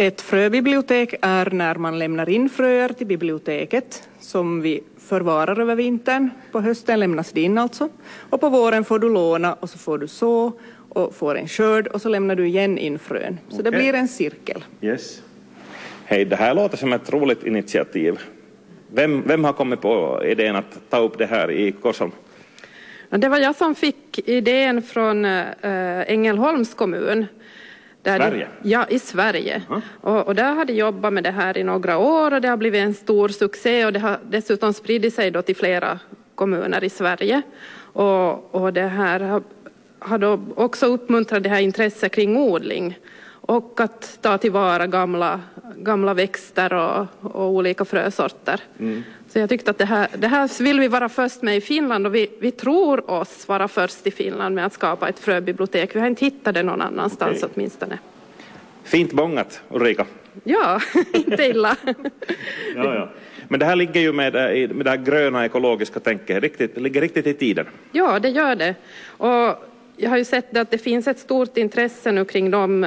Ett fröbibliotek är när man lämnar in fröer till biblioteket som vi förvarar över vintern. På hösten lämnas det in alltså. Och på våren får du låna och så får du så och får en skörd och så lämnar du igen in frön. Så det blir en cirkel. Yes. Hej, det här låter som ett roligt initiativ. Vem har kommit på idén att ta upp det här i Korsholm? Det var jag som fick idén från Ängelholms kommun. Sverige? Ja, i Sverige. Och där hade jobbat med det här i några år och det har blivit en stor succé och det har dessutom spridit sig då till flera kommuner i Sverige. Och det här har då också uppmuntrat det här intresset kring odling och att ta tillvara gamla växter och olika frösorter. Så jag tyckte att det här vill vi vara först med i Finland och vi tror oss vara först i Finland med att skapa ett fröbibliotek. Vi har inte hittat det någon annanstans åtminstone. Fint bångat, Ulrika. Ja, inte illa. Ja. Men det här ligger ju med det här gröna ekologiska tänket, ligger riktigt i tiden. Ja, det gör det. Och jag har ju sett att det finns ett stort intresse nu kring dem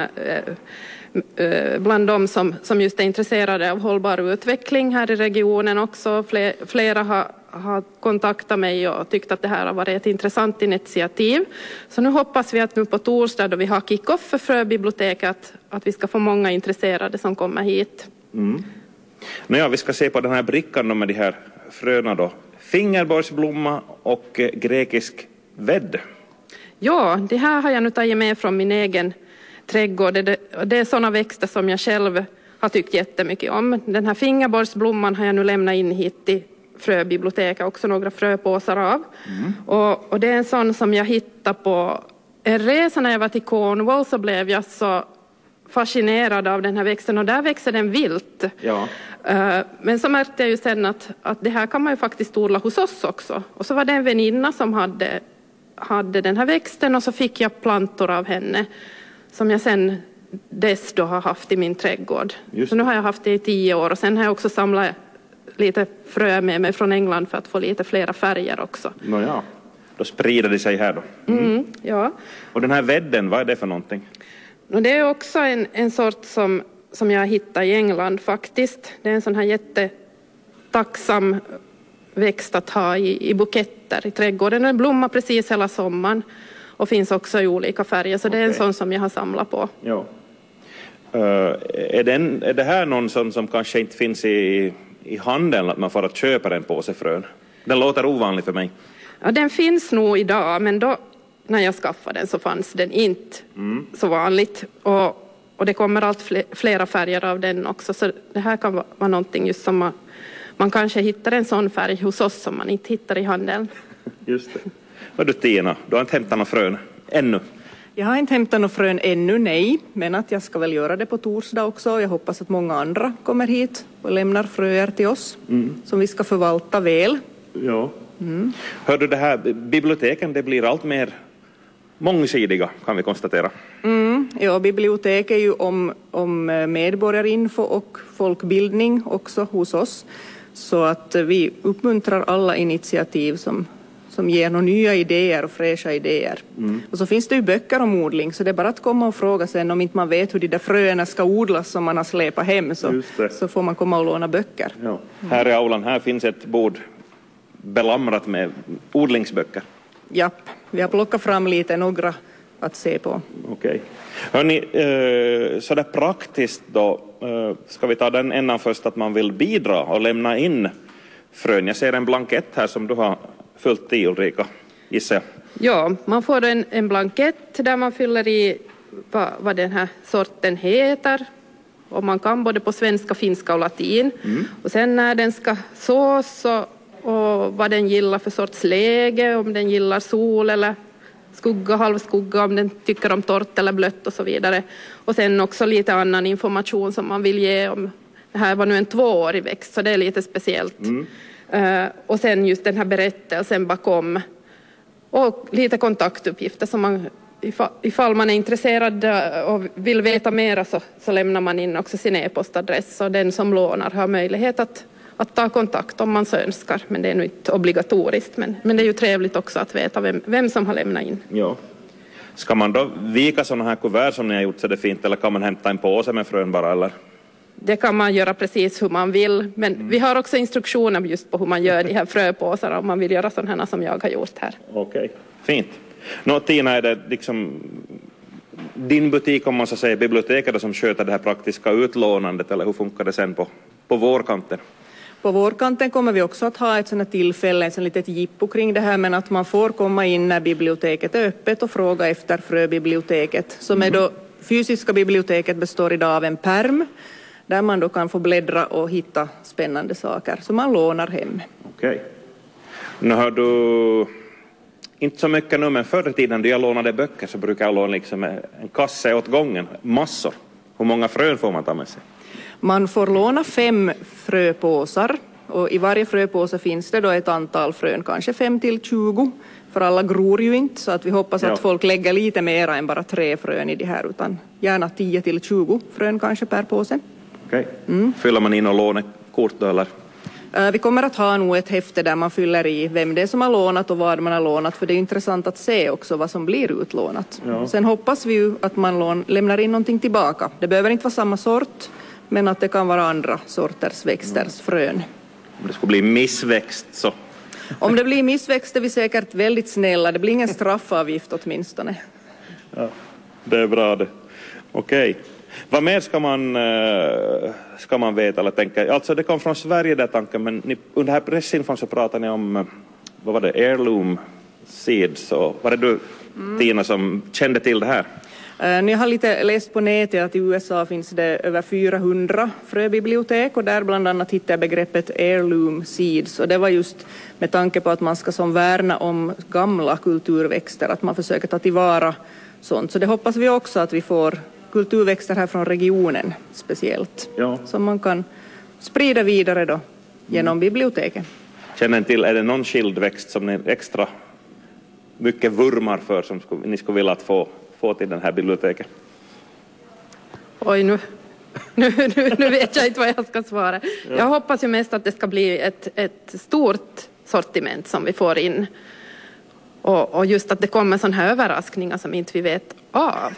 bland de som just är intresserade av hållbar utveckling här i regionen också. Flera har kontaktat mig och tyckt att det här har varit ett intressant initiativ. Så nu hoppas vi att nu på torsdag då vi har kick-off för fröbiblioteket att vi ska få många intresserade som kommer hit. Nåja, vi ska se på den här brickan med de här fröna då. Fingerborgsblomma och grekisk vädd. Ja, det här har jag nu tagit med från min egen trädgård. Det är sådana växter som jag själv har tyckt jättemycket om. Den här fingerborgsblomman har jag nu lämnat in hit till fröbiblioteket, också några fröpåsar av. Och det är en sån som jag hittade på en resa när jag var till Cornwall, så blev jag så fascinerad av den här växten och där växer den vilt. Ja. Men så märkte jag ju sen att det här kan man ju faktiskt odla hos oss också. Och så var det en väninna som hade den här växten och så fick jag plantor av henne som jag sen dess då har haft i min trädgård. Så nu har jag haft det i 10 år och sen har jag också samlat lite frö med mig från England för att få lite flera färger också. Nåja, då sprider det sig här då. Ja. Och den här vädden, vad är det för någonting? Och det är också en sort som jag hittar i England faktiskt. Det är en sån här jättetacksam växt att ha i buketter i trädgården. Den blommar precis hela sommaren och finns också i olika färger. Så det är en sån som jag har samlat på. Ja. Är det här någon som kanske inte finns i handeln, att man får att köpa en påse frön? Den låter ovanlig för mig. Ja, den finns nog idag, men då när jag skaffade den så fanns den inte så vanligt. Och det kommer allt flera färger av den också. Så det här kan vara någonting just som man kanske hittar en sån färg hos oss som man inte hittar i handeln. Just det. Vad du Tina, du har inte hämtat några frön ännu? Jag har inte hämtat några frön ännu, nej. Men att jag ska väl göra det på torsdag också. Jag hoppas att många andra kommer hit och lämnar fröer till oss som vi ska förvalta väl. Ja. Hör du, det här biblioteken, det blir allt mer mångsidiga kan vi konstatera. Ja, bibliotek är ju om medborgarinfo och folkbildning också hos oss. Så att vi uppmuntrar alla initiativ som ger några nya idéer och fräscha idéer. Och så finns det ju böcker om odling, så det är bara att komma och fråga sen om inte man vet hur de där fröerna ska odlas som man har släpat hem, så får man komma och låna böcker. Ja. Här i aulan, här finns ett bord belamrat med odlingsböcker. Japp, vi har plockat fram några att se på. Okej. Hörrni, sådär praktiskt då, ska vi ta den ändan först att man vill bidra och lämna in frön. Jag ser en blankett här som du har fullt i, Ulrika, gissar jag. Ja, man får en blankett där man fyller i vad den här sorten heter. Och man kan både på svenska, finska och latin. Och sen när den ska sås och vad den gillar för sorts läge, om den gillar sol eller skugga, halvskugga, om den tycker om torrt eller blött och så vidare. Och sen också lite annan information som man vill ge om. Det här var nu en 2-årig växt, så det är lite speciellt. Och sen just den här berättelsen bakom. Och lite kontaktuppgifter som man, ifall man är intresserad och vill veta mera så lämnar man in också sin e-postadress. Och den som lånar har möjlighet att ta kontakt om man så önskar. Men det är nu inte obligatoriskt. Men det är ju trevligt också att veta vem som har lämnat in. Ja. Ska man då vika sådana här kuvert som ni har gjort så det är fint, eller kan man hämta en påse med frön bara, eller? Det kan man göra precis hur man vill, men vi har också instruktioner just på hur man gör de här fröpåsarna om man vill göra sådana här som jag har gjort här. Okej, fint. Tina, är det liksom din butik, om man så säger, biblioteket som sköter det här praktiska utlånandet, eller hur funkar det sen på vårkanten? På vårkanten kommer vi också att ha ett sådant tillfälle, ett litet jippo kring det här, men att man får komma in när biblioteket är öppet och fråga efter Fröbiblioteket, som är då fysiska biblioteket består idag av en pärm där man då kan få bläddra och hitta spännande saker som man lånar hem. Okej. Nu har du inte så mycket nu, men förr i tiden då jag lånade böcker så brukar jag låna liksom en kasse åt gången, massor. Hur många frön får man ta med sig? Man får låna 5 fröpåsar och i varje fröpåse finns det då ett antal frön, kanske 5 till 20, för alla gror ju inte, så att vi hoppas att folk lägger lite mer än bara 3 frön i det här, utan gärna 10 till 20 frön kanske per påse. Okej. Fyller man in och lånekort då, eller? Vi kommer att ha nog ett häfte där man fyller i vem det är som har lånat och vad man har lånat, för det är intressant att se också vad som blir utlånat. Ja. Sen hoppas vi ju att man lämnar in någonting tillbaka. Det behöver inte vara samma sort, men att det kan vara andra sorters växters frön. Om det skulle bli missväxt så... Om det blir missväxt är vi säkert väldigt snälla. Det blir ingen straffavgift åtminstone. Ja, det är bra det. Okej. Vad mer ska man veta eller tänka? Alltså det kom från Sverige där tanken, men under här pressinfon så pratade ni om, vad var det, heirloom seeds, och var det du, Tina, som kände till det här? Ni har lite läst på nätet att i USA finns det över 400 fröbibliotek och där bland annat hittade jag begreppet heirloom seeds, och det var just med tanke på att man ska som värna om gamla kulturväxter, att man försöker ta tillvara sånt. Så det hoppas vi också att vi får kulturväxter här från regionen speciellt, som man kan sprida vidare då genom biblioteket. Känner ni till, är det någon skild växt som ni extra mycket vurmar för som ni skulle vilja att få till den här biblioteket? Oj, nu vet jag inte vad jag ska svara. Jag hoppas ju mest att det ska bli ett stort sortiment som vi får in. Och just att det kommer sådana här överraskningar som inte vi vet av.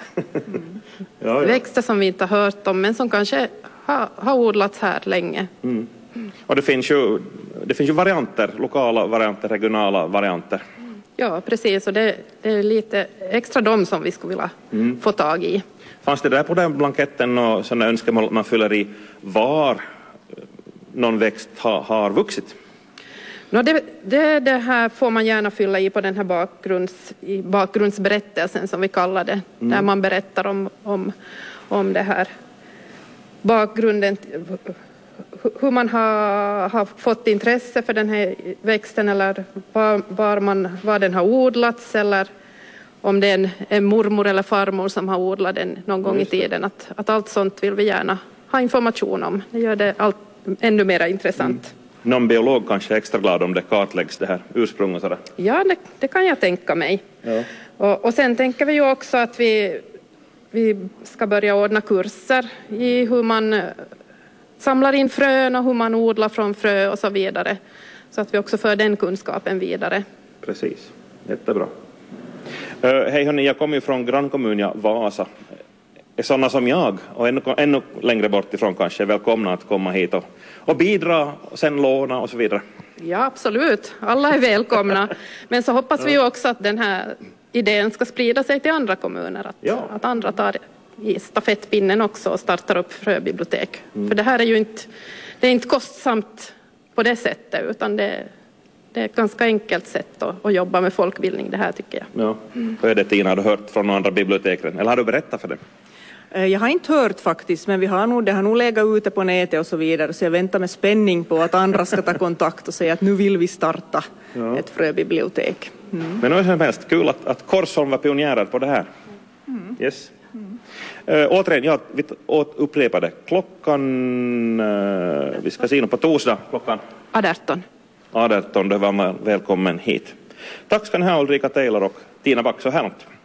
Växter som vi inte har hört om, men som kanske har odlats här länge. Och det finns ju varianter, lokala varianter, regionala varianter. Ja, precis. Och det är lite extra dem som vi skulle vilja få tag i. Fanns det där på den blanketten och sådana önskemål att man fyller i var någon växt har vuxit? Det här får man gärna fylla i på den här bakgrundsberättelsen som vi kallar det. Där man berättar om det här bakgrunden, hur man har fått intresse för den här växten, eller var den har odlats, eller om det är en mormor eller farmor som har odlat den någon gång i tiden. Att allt sånt vill vi gärna ha information om. Det gör det ännu mer intressant. Någon biolog kanske är extra glad om det kartläggs, det här ursprung och sådär. Ja, det kan jag tänka mig. Ja. Och sen tänker vi ju också att vi ska börja ordna kurser i hur man samlar in frön och hur man odlar från frö och så vidare. Så att vi också för den kunskapen vidare. Precis, jättebra. Hej hörni, jag kommer ju från grannkommun Vasa. Är sådana som jag och ännu längre bort ifrån kanske är välkomna att komma hit och bidra och sen låna och så vidare. Ja, absolut. Alla är välkomna. Men så hoppas vi också att den här idén ska sprida sig till andra kommuner. Att andra tar i stafettpinnen också och startar upp fröbibliotek. För det här är ju inte kostsamt på det sättet, utan det är ett ganska enkelt sätt att jobba med folkbildning, det här tycker jag. Ja. Vad är det, Tina, har du hört från andra bibliotek? Eller har du berättat för det? Jag har inte hört faktiskt, men det har nog legat ute på nätet och så vidare, så jag väntar med spänning på att andra ska ta kontakt och säga att nu vill vi starta ett fröbibliotek. Men det är som helst kul att Korsholm var pionjärer på det här. Yes. Återigen, vi upprepar det. Vi ska se på torsdag klockan 18. Då var man välkommen hit. Tack ska ni ha, Ulrika Taylor och Tina Back, så här långt.